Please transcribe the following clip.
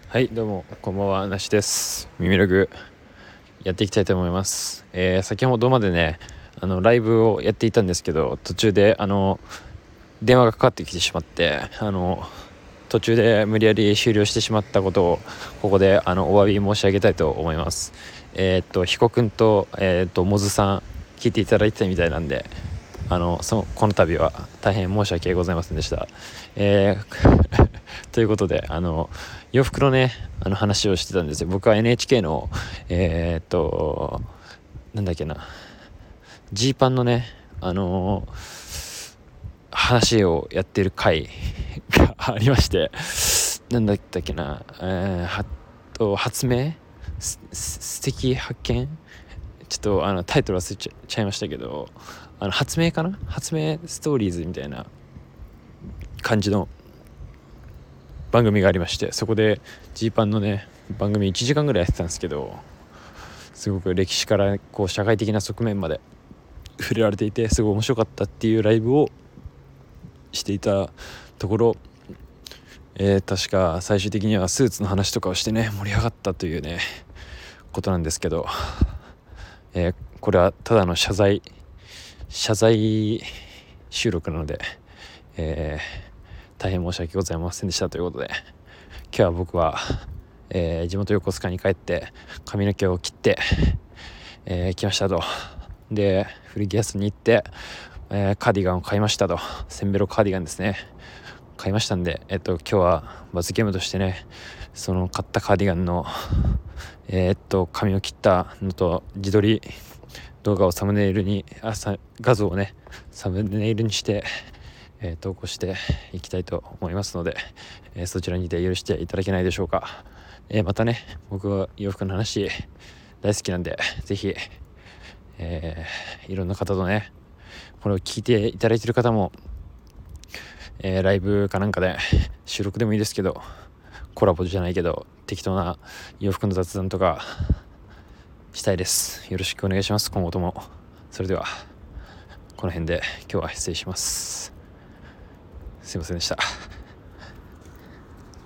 はい、どうもこんばんは、なしです。耳ログやっていきたいと思います。先ほどまでねライブをやっていたんですけど、途中で電話がかかってきてしまって、途中で無理やり終了してしまったことをここでお詫び申し上げたいと思います。彦くんとモズさん聞いていただいてたみたいなんで、この度は大変申し訳ございませんでした。ということで洋服のね話をしてたんですよ。僕は NHK のなんだっけな、ジーパンのね話をやってる回がありまして、なんだったっけな、発明素敵発見、ちょっとタイトル忘れちゃいましたけど、発明かな、発明ストーリーズみたいな感じの番組がありまして、そこでジーパンのね番組1時間ぐらいやってたんですけど、すごく歴史からこう社会的な側面まで触れられていて、すごい面白かったっていうライブをしていたところ、確か最終的にはスーツの話とかをしてね盛り上がったというねことなんですけど、これはただの謝罪収録なので、大変申し訳ございませんでしたということで、今日は僕は、地元横須賀に帰って髪の毛を切って、来ましたと。で古着屋さんに行って、カーディガンを買いましたと。センベロカーディガンですね、買いましたんで、今日は罰ゲームとしてね、その買ったカーディガンの髪を切ったのと自撮り動画をサムネイルに画像をねサムネイルにして、投稿していきたいと思いますので、そちらにて許していただけないでしょうか。またね、僕は洋服の話大好きなんで、ぜひ、いろんな方とね、これを聞いていただいている方も、ライブかなんかで収録でもいいですけど、コラボじゃないけど適当な洋服の雑談とかしたいです。よろしくお願いします、今後とも。それではこの辺で今日は失礼します。すいませんでした。